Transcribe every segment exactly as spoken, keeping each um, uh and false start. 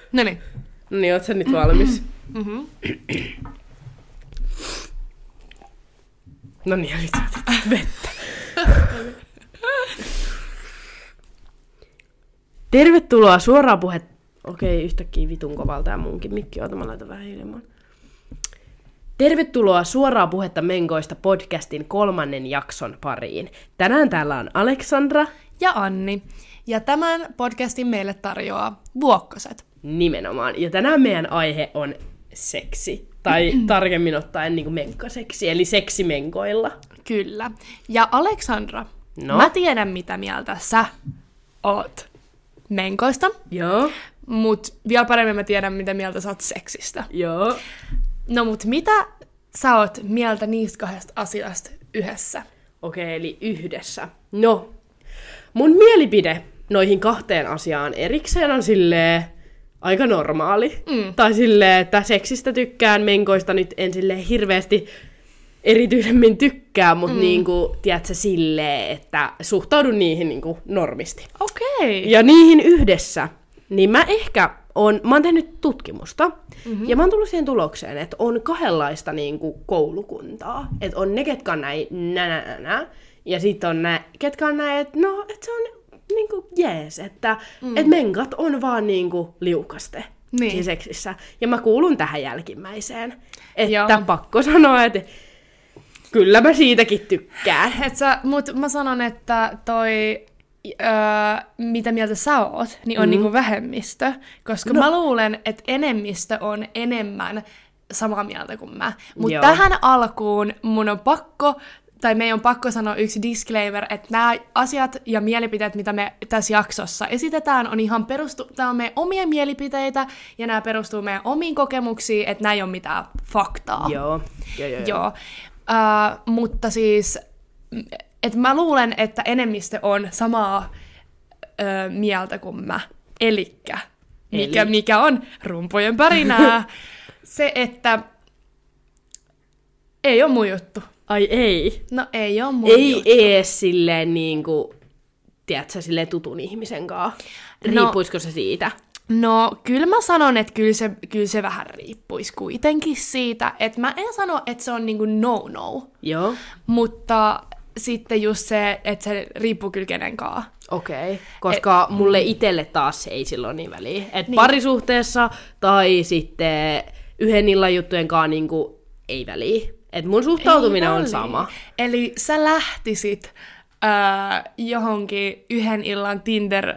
Noniin. No niin, oot sä nyt valmis? Mm-hmm. No niin, nyt saatit vettä. Tervetuloa suoraan puhe... Okei, yhtäkkiä vitun kovalta ja munkin mikki. Oota, mä laitan vähän ilman. Tervetuloa suoraa puhetta menkoista podcastin kolmannen jakson pariin. Tänään täällä on Aleksandra ja Anni. Ja tämän podcastin meille tarjoaa Vuokkoset. Nimenomaan. Ja tänään meidän aihe on seksi. Tai tarkemmin ottaen niin kuin menkkaseksi, eli seksimenkoilla. Kyllä. Ja Aleksandra, no? Mä tiedän mitä mieltä sä oot menkoista. Joo. Mut vielä paremmin mä tiedän mitä mieltä sä oot seksistä. Joo. No mut mitä sä oot mieltä niistä kahdesta asiasta yhdessä? Okei, eli yhdessä. No, mun mielipide noihin kahteen asiaan erikseen on silleen aika normaali. Mm. Tai silleen, että seksistä tykkään, menkoista nyt en silleen hirveästi erityisemmin tykkää, mutta mm. niinku, tiedätkö, silleen, että suhtaudun niihin niinku normisti. Okei. Okay. Ja niihin yhdessä, niin mä ehkä on, mä oon tehnyt tutkimusta, mm-hmm. ja mä oon tullut siihen tulokseen, että on kahdenlaista niinku koulukuntaa. Että on ne, ketkä on näin nä, nä, nä, nä ja sitten on ne, ketkä on näin, että no, että se on niinku jees, että mm. et menkat on vaan niinku liukaste niin. Siinä seksissä. Ja mä kuulun tähän jälkimmäiseen. Että Joo. pakko sanoa, että kyllä mä siitäkin tykkään. Et sä, mut mä sanon, että toi... Öö, mitä mieltä sä oot, niin on mm. niinku vähemmistö, koska no. mä luulen, että enemmistö on enemmän samaa mieltä kuin mä. Mutta tähän alkuun mun on pakko, tai meidän on pakko sanoa yksi disclaimer, että nämä asiat ja mielipiteet, mitä me tässä jaksossa esitetään, on ihan perustu, tää on meidän omia mielipiteitä, ja nämä perustuu meidän omiin kokemuksiin, että nämä ei ole mitään faktaa. Joo, joo, joo. joo. Öö, mutta siis... Et mä luulen, että enemmistö on samaa ö, mieltä kuin mä. Elikkä, mikä, Eli? mikä on rumpujen pärinää, se, että ei ole mun juttu. Ai ei? No ei ole mun ei juttu. Ei ees silleen niinku, tiedätkö, silleen tutun ihmisen kanssa. Riippuisiko no, se siitä? No, kyllä mä sanon, että kyllä se, kyllä se vähän riippuisi kuitenkin siitä. Että mä en sano, että se on niinku no-no. Joo. Mutta... Sitten just se, että se riippuu kyllä kenenkaan. Okei, okay. Koska Et, mulle itselle taas se ei silloin niin väliä. Että niin. Parisuhteessa tai sitten yhden illan juttujen kanssa niinku ei väliä. Että mun suhtautuminen on sama. Eli sä lähtisit äh, johonkin yhden illan Tinder,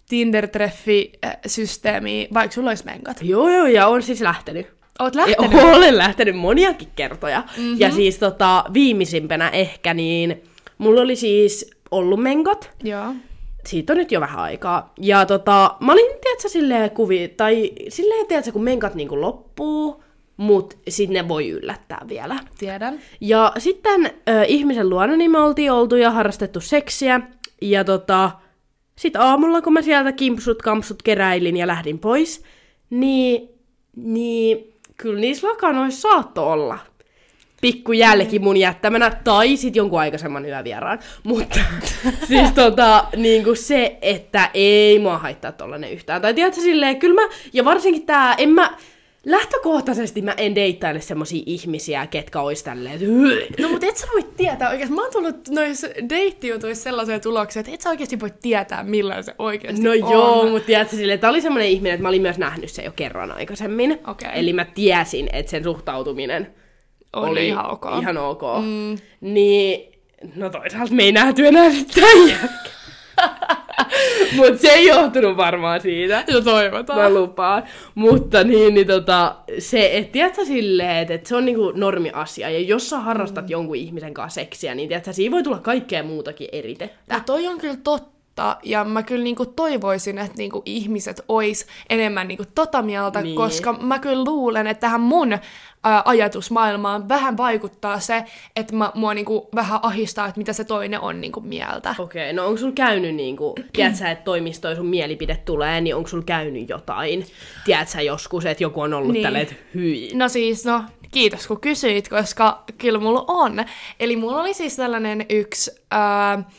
Tinder-treffi-systeemiin, vaikka sulla olisi menkat? Joo, joo, ja on siis lähtenyt. Oot lähtenyt? Ja olen lähtenyt moniakin kertoja. Mm-hmm. Ja siis tota, viimeisimpänä ehkä, niin mulla oli siis ollut menkot. Joo. Siitä on nyt jo vähän aikaa. Ja tota, mä olin, tiedätkö, silleen kuvi, tai silleen, tiedätkö, kun menkat niinku loppuu, mut sit ne voi yllättää vielä. Tiedän. Ja sitten äh, ihmisen luona niin me oltiin oltu ja harrastettu seksiä. Ja tota, sit aamulla, kun mä sieltä kimpsut, kampsut keräilin ja lähdin pois, niin... niin kyllä niissä lakanoissa saattoi olla pikku jälki mun jättämänä, tai sit jonkun aikaisemman yövieraan. Mutta siis tota, niinku se, että ei mua haittaa tollanen yhtään. Tai tiedätkö silleen, kyllä mä, ja varsinkin tää, en mä, lähtökohtaisesti mä en deittaile semmosia ihmisiä, ketkä ois tälleen, että no mut et sä voi tietää oikeesti. Mä oon tullut noissa deittijutuissa sellaiseen tulokseen, että et sä oikeesti voi tietää, millainen se oikeesti no on. No joo, mut tiedätkö silleen, tää oli semmonen ihminen, että mä olin myös nähnyt sen jo kerran aikaisemmin. Okay. Eli mä tiesin, että sen suhtautuminen on oli ihan ok. Ihan ok. Mm. Niin, no toisaalta me ei nähty enää nyt tämän jälkeen. Mut se ei johtunut varmaan siitä. No toivotaan. Mä lupaan. Mutta niin, niin tota, se, että tiedätkö silleen, että, että se on niinku normiasia. Ja jos sä harrastat mm. jonkun ihmisen kanssa seksiä, niin tiedätkö, siinä voi tulla kaikkea muutakin eritettä. No toi on kyllä totta. Ja mä kyllä niinku toivoisin, että niinku ihmiset ois enemmän niinku tota mieltä, niin. Koska mä kyllä luulen, että tähän mun ää, ajatusmaailmaan vähän vaikuttaa se, että mä, mua niinku vähän ahistaa, että mitä se toinen on niinku mieltä. Okei, okay, no onko sulla käynyt niinku, tiedätkö että toimistoon sun mielipide tulee, niin onko sulla käynyt jotain? Tiedätkö joskus, että joku on ollut niin. tälleen, että hyi? No siis, no kiitos kun kysyit, koska kyllä mulla on. Eli mulla oli siis tällainen yksi... Ää,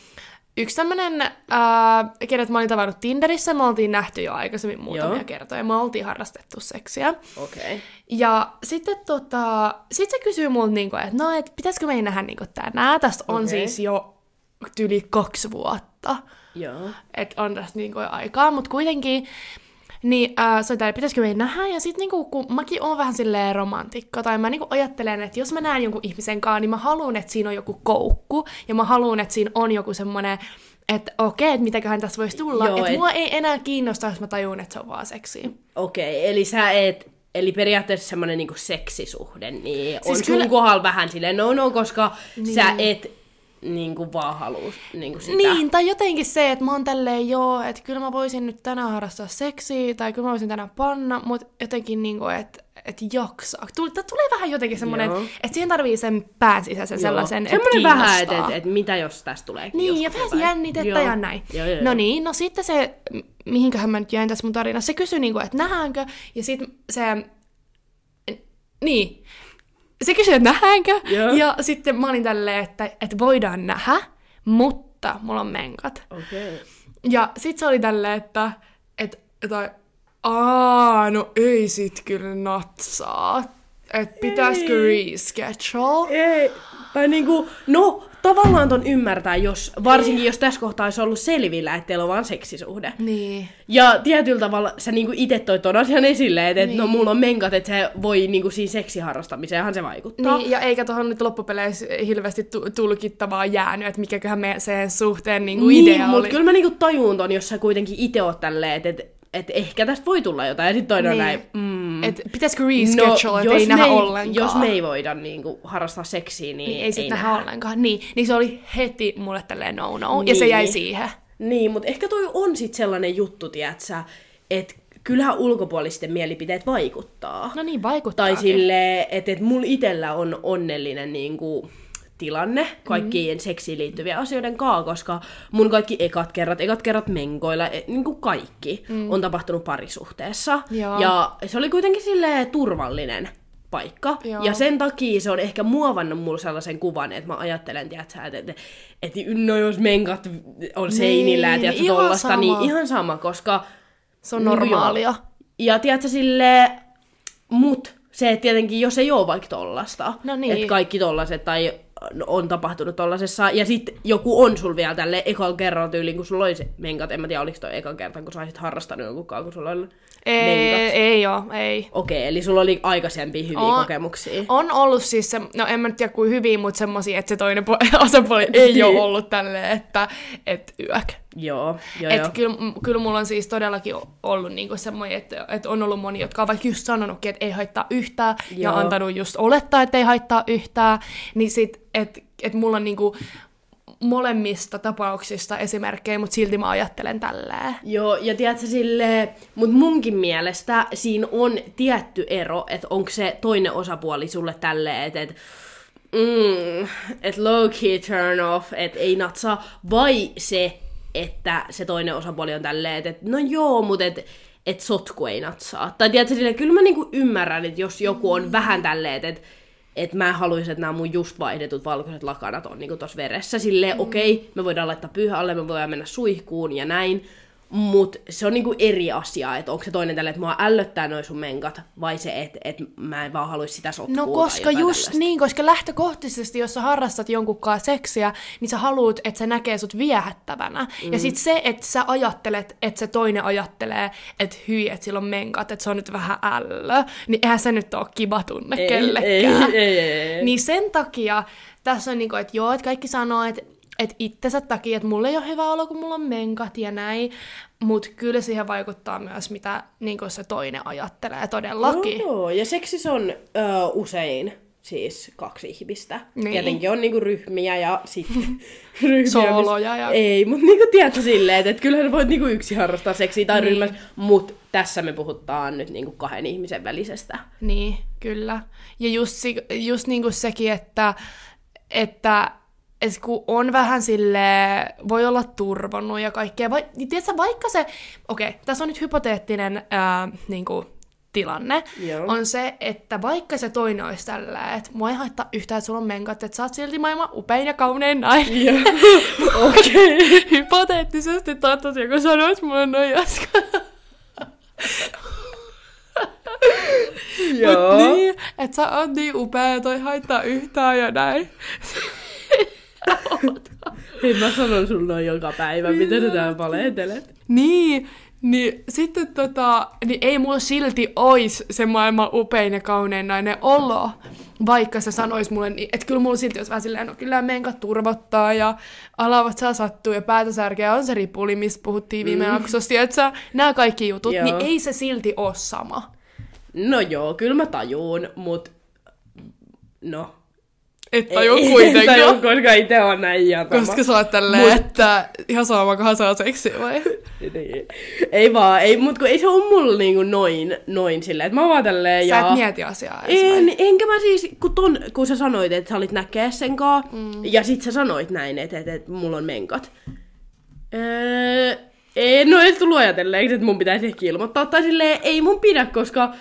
yksi tämmönen, äh, kenet mä olin tavannut Tinderissä, me oltiin nähty jo aikaisemmin muutamia Joo. kertoja, me oltiin harrastettu seksiä. Okay. Ja sitten tota, sit se kysyy multa, niinku, että no, et pitäisikö meidän nähdä niinku tänään, tästä on okay. siis jo yli kaksi vuotta. Joo. Että on tästä niinku aikaa, mutta kuitenkin, niin äh, se on täällä, pitäisikö meidän nähdä, ja sit niinku, kun mäkin oon vähän silleen romantikko, tai mä niinku ajattelen, että jos mä näen jonkun ihmisen kanssa, niin mä haluan, että siinä on joku koukku, ja mä haluan, että siinä on joku semmonen, että okei, että mitäköhän tässä voisi tulla, että et... mua ei enää kiinnosta, jos mä tajun, että se on vaan seksiä. Okei, okay, eli sä et, eli periaatteessa semmonen niinku seksisuhde, niin siis on kyllä... sun kohdalla vähän silleen no no, koska niin. sä et niinku vaan haluu niinku sitä. Niin, tai jotenkin se, että mä oon tälleen joo, että kyllä mä voisin nyt tänään harrastaa seksiä, tai kyllä mä voisin tänään panna, mutta jotenkin niinku, että et jaksaa. Tää tulee vähän jotenkin semmonen, että siihen tarvii sen pään sisäisen joo. sellaisen, että kiinnostaa. Semmoinen vähän, että et, et mitä jos tästä tulee. Niin, ja vähän jännitettä ja näin. Joo, joo, joo. No niin, no sitten se, mihinköhän mä nyt jäin tässä mun tarinassa, se kysyi niinku, että nähdäänkö, ja sit se, niin, se kysyi, että nähdäänkö, yeah. ja sitten mä olin tälleen, että, että voidaan nähdä, mutta mulla on menkat. Okay. Ja sit se oli tälleen, että, että, että aa, no ei sit kyllä natsaa, että pitäisikö reschedule? Ei, tai niinku, no tavallaan ton ymmärtää, jos, varsinkin jos tässä kohtaa olisi ollut selvillä, että teillä on vaan seksisuhde. Niin. Ja tietyllä tavalla sä niinku ite toit ton asian esille, että niin. no mulla on menkat, että se voi niinku siinä seksiharrastamiseenhan se vaikuttaa. Niin, ja eikä tuohon nyt loppupeleissä hirveästi tulkittavaa jäänyt, että mikäköhän me sen suhteen niinku niin, idea oli. Mutta kyllä mä niinku tajuun ton, jos sä kuitenkin ite oot tälleen, että et, et ehkä tästä voi tulla jotain, ja sit toinen niin. on näin, mm, että pitäisikö reschedule, no, että ei nähdä ei, ollenkaan. Jos me ei voida niinku harrastaa seksiä, niin, niin ei, ei sit ei nähdä nähdä ollenkaan. Niin, niin se oli heti mulle tälleen no no, niin. ja se jäi siihen. Niin, mutta ehkä toi on sit sellainen juttu, tiiätsä, että kyllähän ulkopuolisten mielipiteet vaikuttaa. No niin, vaikuttaa. Tai silleen, että et mulla itellä on onnellinen niinku tilanne kaikkien mm. seksiin liittyviä asioiden kaa, koska mun kaikki ekat kerrat, ekat kerrat menkoilla, e, niin kuin kaikki, mm. on tapahtunut parisuhteessa. Joo. Ja se oli kuitenkin silleen turvallinen paikka. Joo. Ja sen takia se on ehkä muovannut mulle sellaisen kuvan, että mä ajattelen, tiiätsä, että, että, että no jos menkat on seinillä niin, ja tiiätsä tollasta, sama. Niin ihan sama, koska se on normaalia. Joo. Ja tiiätsä silleen, mut se, että tietenkin jos ei oo vaikka tollasta, no niin. että kaikki tollaset tai on tapahtunut tollasessa, ja sit joku on sul vielä tälleen ekalla kerralla tyyliin, kun sulla oli se menkat, en mä tiedä, oliko toi ekan kerta, kun sä olisit harrastanut jonkunkaan, kun sulla oli ei, menkat. Ei oo, ei. Okei, eli sulla oli aikaisempia hyviä on, kokemuksia. On ollut siis se, no en mä nyt tiedä kuin hyviä, mutta semmosia, että se toinen po- osapuoli ei oo ollut tälleen, että et yök. Joo, joo, et joo. Kyllä, kyllä mulla on siis todellakin ollut niinku semmoinen, että, että on ollut moni, jotka on vaikka just sanonutkin, että ei haittaa yhtään, joo. ja antanut just olettaa, että ei haittaa yhtään, niin sit, että et mulla on niinku molemmista tapauksista esimerkkejä, mutta silti mä ajattelen tälleen. Joo, ja tiedätkö silleen, mutta munkin mielestä siinä on tietty ero, että onko se toinen osapuoli sulle tälleen, että et, mm, et low key turn off, että ei natsaa, vai se, että se toinen osapuoli on tälleen, että et, no joo, mutta et, et sotku ei natsaa. Tai tiedätkö silleen, kyllä mä niinku ymmärrän, että jos joku on vähän tälleen, että et, että mä haluaisin, että nämä mun just vaihdetut valkoiset lakanat on niinku tossa veressä. Silleen, mm. okei, okay, me voidaan laittaa pyyhä alle, me voidaan mennä suihkuun ja näin. Mut se on niinku eri asia, että onko se toinen tälle, että mua ällöttää noi sun menkat, vai se, että et mä en vaan haluaisi sitä sotkua. No koska just tällaista. Niin, koska lähtökohtaisesti, jos sä harrastat jonkunkaan seksiä, niin sä haluut, että se näkee sut viehättävänä. Mm. Ja sit se, että sä ajattelet, että se toinen ajattelee, että hyi, että sillä on menkat, että se on nyt vähän ällö, niin eihän se nyt oo kiva tunne ei, kellekään. Ei, ei, ei, ei. Niin sen takia tässä on niinku, että joo, että kaikki sanoo, että että itsensä takia, että mulla ei ole hyvä olo, kun mulla on menkat ja näin, mutta kyllä siihen vaikuttaa myös, mitä niin se toinen ajattelee todellakin. Joo, ja seksissä on ö, usein siis kaksi ihmistä. Niin. Tietenkin on niinku ryhmiä ja sitten ryhmiä. Sooloja. Ja... Ei, mutta niinku tiedätkö silleen, että et kyllähän voit niinku yksi harrastaa seksiä tai niin. ryhmässä, mutta tässä me puhutaan nyt niinku kahden ihmisen välisestä. Niin, kyllä. Ja just, just niinku sekin, että, että et kun on vähän silleen, voi olla turvonnut ja kaikkea, vai, niin tiedätkö, vaikka se, okei, okay, tässä on nyt hypoteettinen ää, niinku, tilanne, Joo. on se, että vaikka se toinen olisi tällä, että mua ei haittaa yhtään, että sulla on menkat, että sä oot silti maailman upein ja kaunein nainen. Joo, okei. Okay. Hypoteettisesti toivottavasti joku sanoisi mulle noin äsken. Joo. Mut niin, että sä oot niin upea ja toi haittaa yhtään ja näin. Hei, mä sanon sun noin joka päivä, mitä sä täällä valehtelet. Niin, niin sitten tota, niin ei mulla silti ois se maailman upein ja kaunein nainen olo, vaikka se sanois mulle, niin, että kyllä mulla silti olisi vähän silleen, no kyllä menkat turvottaa ja alavat saa sattua ja päätä särkeä on se ripuli, mistä puhuttiin viime mm. jaksossa, että sä, nämä kaikki jutut, joo. Niin ei se silti oo sama. No joo, kyllä mä tajuun, mut no... Et tajuu kuitenkaan. En tajuu, koska itse on näin jatama. Koska sä oot tälleen, mut... että ihan sama, kohan saa seksiä vai? Niin. Ei vaan, ei, mut kun ei se ole mulla niinku noin, noin silleen, että mä vaan tälleen ja... Sä et mieti asiaa edes en, vai? Enkä mä siis, kun, ton, kun sä sanoit, että sä olit näkee sen kaa, mm. ja sit sä sanoit näin, että, että, että mulla on menkat. Öö, en oo edes tullut ajatelleeksi, että mun pitäisi ehkä ilmoittaa, tai silleen ei mun pidä, koska...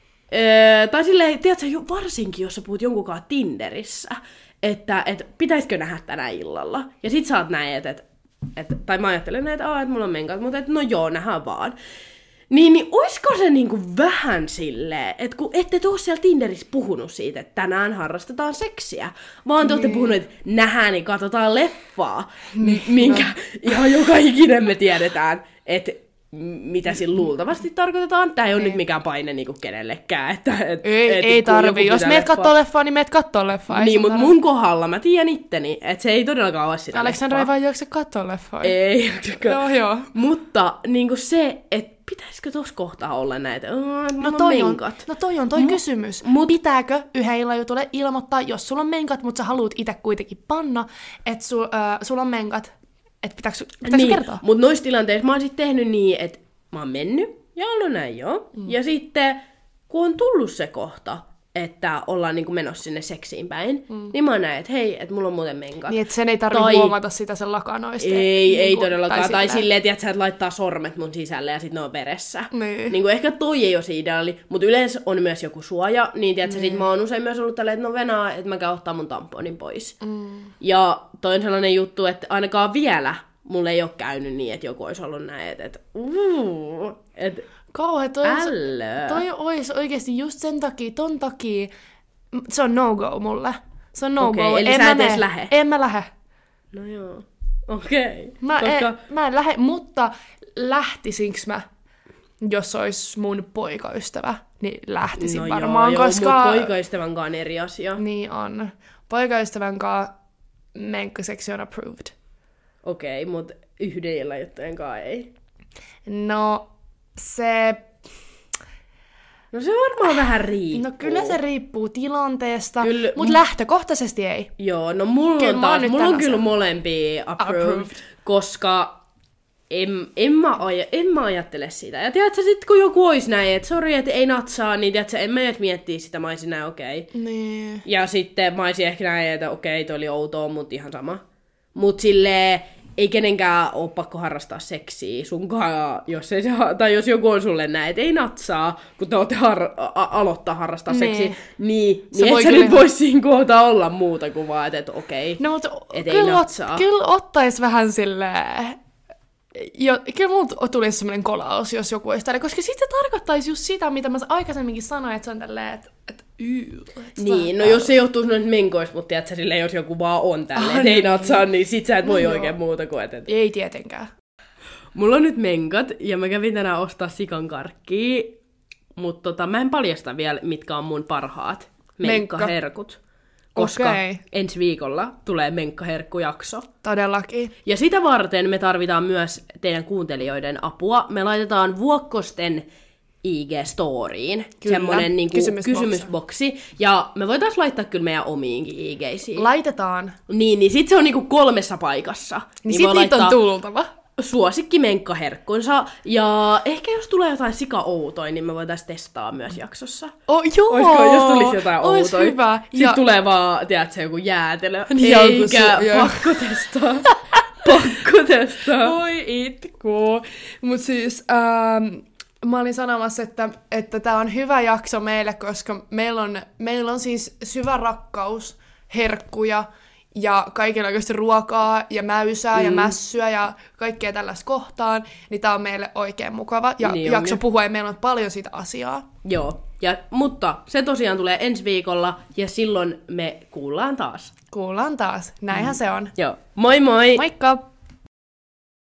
Öö, tai silleen, tiedätkö, varsinkin jos sä puhut jonkunkaan Tinderissä, että et, pitäisikö nähdä tänä illalla. Ja sit sä oot näin, että, et, et, tai mä ajattelen, että aah, et mulla on menkat, mutta et, no joo, nähdään vaan. Niin, niin oisko se niinku vähän silleen, että kun ette te oo siellä Tinderissä puhunut siitä, että tänään harrastetaan seksiä, vaan te ootte niin. puhunut, että nähdään, niin katsotaan leffaa, niin, minkä no. ihan joka ikinen me tiedetään, että mitä sillä luultavasti tarkoitetaan. Tää ei ole nyt mikään paine niinku kenellekään. Että, et, ei et, ei tarvii. Jos meet kattoo leffaa, niin meet kattoo leffaa. Niin, mutta mun kohdalla mä tiedän itteni, että se ei todellakaan ole sitä Aleksandra leffaa. ei vaan juokse kattoo leffaa. Ei. Joo, joo. Mutta niinku se, että pitäisikö tossa kohtaa olla näitä? No toi, on, no toi on toi M- kysymys. Mut, Pitääkö yhden illan jutulle ilmoittaa, jos sulla on menkat, mutta sä haluat itse kuitenkin panna, että su, äh, sulla on menkat, että pitääkö, pitääkö niin, kertoa? Mutta noissa tilanteissa mä oon sit tehnyt niin, että mä oon mennyt ja ollut näin joo. Mm. Ja sitten kun on tullut se kohta, että ollaan niinku menossa sinne seksiin päin, mm. niin mä oon näin, että hei, että mulla on muuten menkat. Niin, että sen ei tarvitse tai... huomata sitä sen lakanoista. Ei, niin ei kuin, todellakaan. Tai, tai silleen, että sä et laittaa sormet mun sisälle ja sit ne on veressä. Niin. Niin kuin ehkä toi ei ole se ideaali, mutta yleensä on myös joku suoja. Niin tiedätkö, niin. Sit mä oon usein myös ollut tälleen, että no venaa, että mä käyn ottaa mun tamponin pois. Mm. Ja toi on sellainen juttu, että ainakaan vielä mulle ei ole käynyt niin, että joku olisi ollut näin, että, että uh, että kauhe, toi, toi olisi oikeasti just sen takia, ton takia, se on no-go mulle. Se on no-go. Okei, eli en sä mä et edes lähe. lähe. En mä lähe. No joo, okei. Okay. Mä, Koska... en, mä en lähe, mutta lähtisinkö mä, jos olisi mun poikaystävä, niin lähtisin no varmaan, joo, koska... joo, mutta poikaystävän kanssa on eri asia. Niin on. Poikaystävän kanssa menkkaseksi on approved. Okei, okay, mutta yhden illan juttujen kanssa ei. No, se... No se varmaan vähän riippuu. No kyllä se riippuu tilanteesta, Kyllä, mutta m- lähtökohtaisesti ei. Joo, no mulla kyllä on taas, mulla on kyllä sen. molempia approved, approved. koska en, en, mä aja, en mä ajattele sitä. Ja tiedätkö, sit kun joku olisi näin, että sori, että ei natsaa, niin tiedätkö, en mä edes miettiä sitä, mä olisin näin okei. Okay. Niin. Ja sitten mä olisin ehkä näin, että okei, okay, toi oli outoa, mutta ihan sama. Mut silleen, ei kenenkään ole pakko harrastaa seksiä sunkaan, jos, ei se, tai jos joku on sulle näin, että ei natsaa, kun te olette har- a- aloittaa harrastaa niin. seksiä, niin, niin et sä nyt vois siinä kohtaa olla muuta kuin vaan, että, että okei, no, että ei natsaa. Ot, kyllä ottais vähän silleen... Jo, kyllä mulla tulisi semmoinen kolaus, jos joku olisi täällä, koska sitten se tarkoittaisi just sitä, mitä mä aikaisemminkin sanoin, että se on tälleen, että et, yy, et niin, no jos se johtuu noista menkoista, mutta tiedätkö, silleen, jos joku vaan on tälleen, että ei natsaa, niin sit sä et voi no oikein muuta kuin, että... Ei tietenkään. Mulla on nyt menkat, ja mä kävin tänään ostaa sikan karkkia, mutta tota, mä en paljasta vielä, mitkä on mun parhaat menkkaherkut. Koska okay. ensi viikolla tulee menkkaherkkujakso. Todellakin. Ja sitä varten me tarvitaan myös teidän kuuntelijoiden apua. Me laitetaan Vuokkosten I G-storiin semmonen niinku kysymysboksi. Ja me voitaisiin laittaa kyllä meidän omiinkin I G:siin. Laitetaan. Niin, niin sit se on niinku kolmessa paikassa. Niin, niin sit niitä on tultava. Suosikki menkkaherkkunsa. Ja ehkä jos tulee jotain sika-outoja, niin me voitaisiin testaa myös jaksossa. Oh, joo! Oisko, jos tulisi jotain Ois outoja. Hyvä. Sitten ja... tulee vaan, tiedätkö, joku jäätelö. Ja eikä su- pakko testaa. pakko testaa. Oi itku. Mut siis, ähm, mä olin sanomassa, että että tää on hyvä jakso meille, koska meillä on, meillä on siis syvä rakkaus, herkkuja ja kaikenlaista ruokaa ja mäysää mm. ja mässyä ja kaikkea tällaista kohtaan, niin tää on meille oikein mukava ja niin jakso puhua ja meillä on paljon siitä asiaa. Joo, ja, mutta se tosiaan tulee ensi viikolla ja silloin me kuullaan taas. Kuullaan taas. Näinhän mm. se on. Joo, moi moi! Moikka!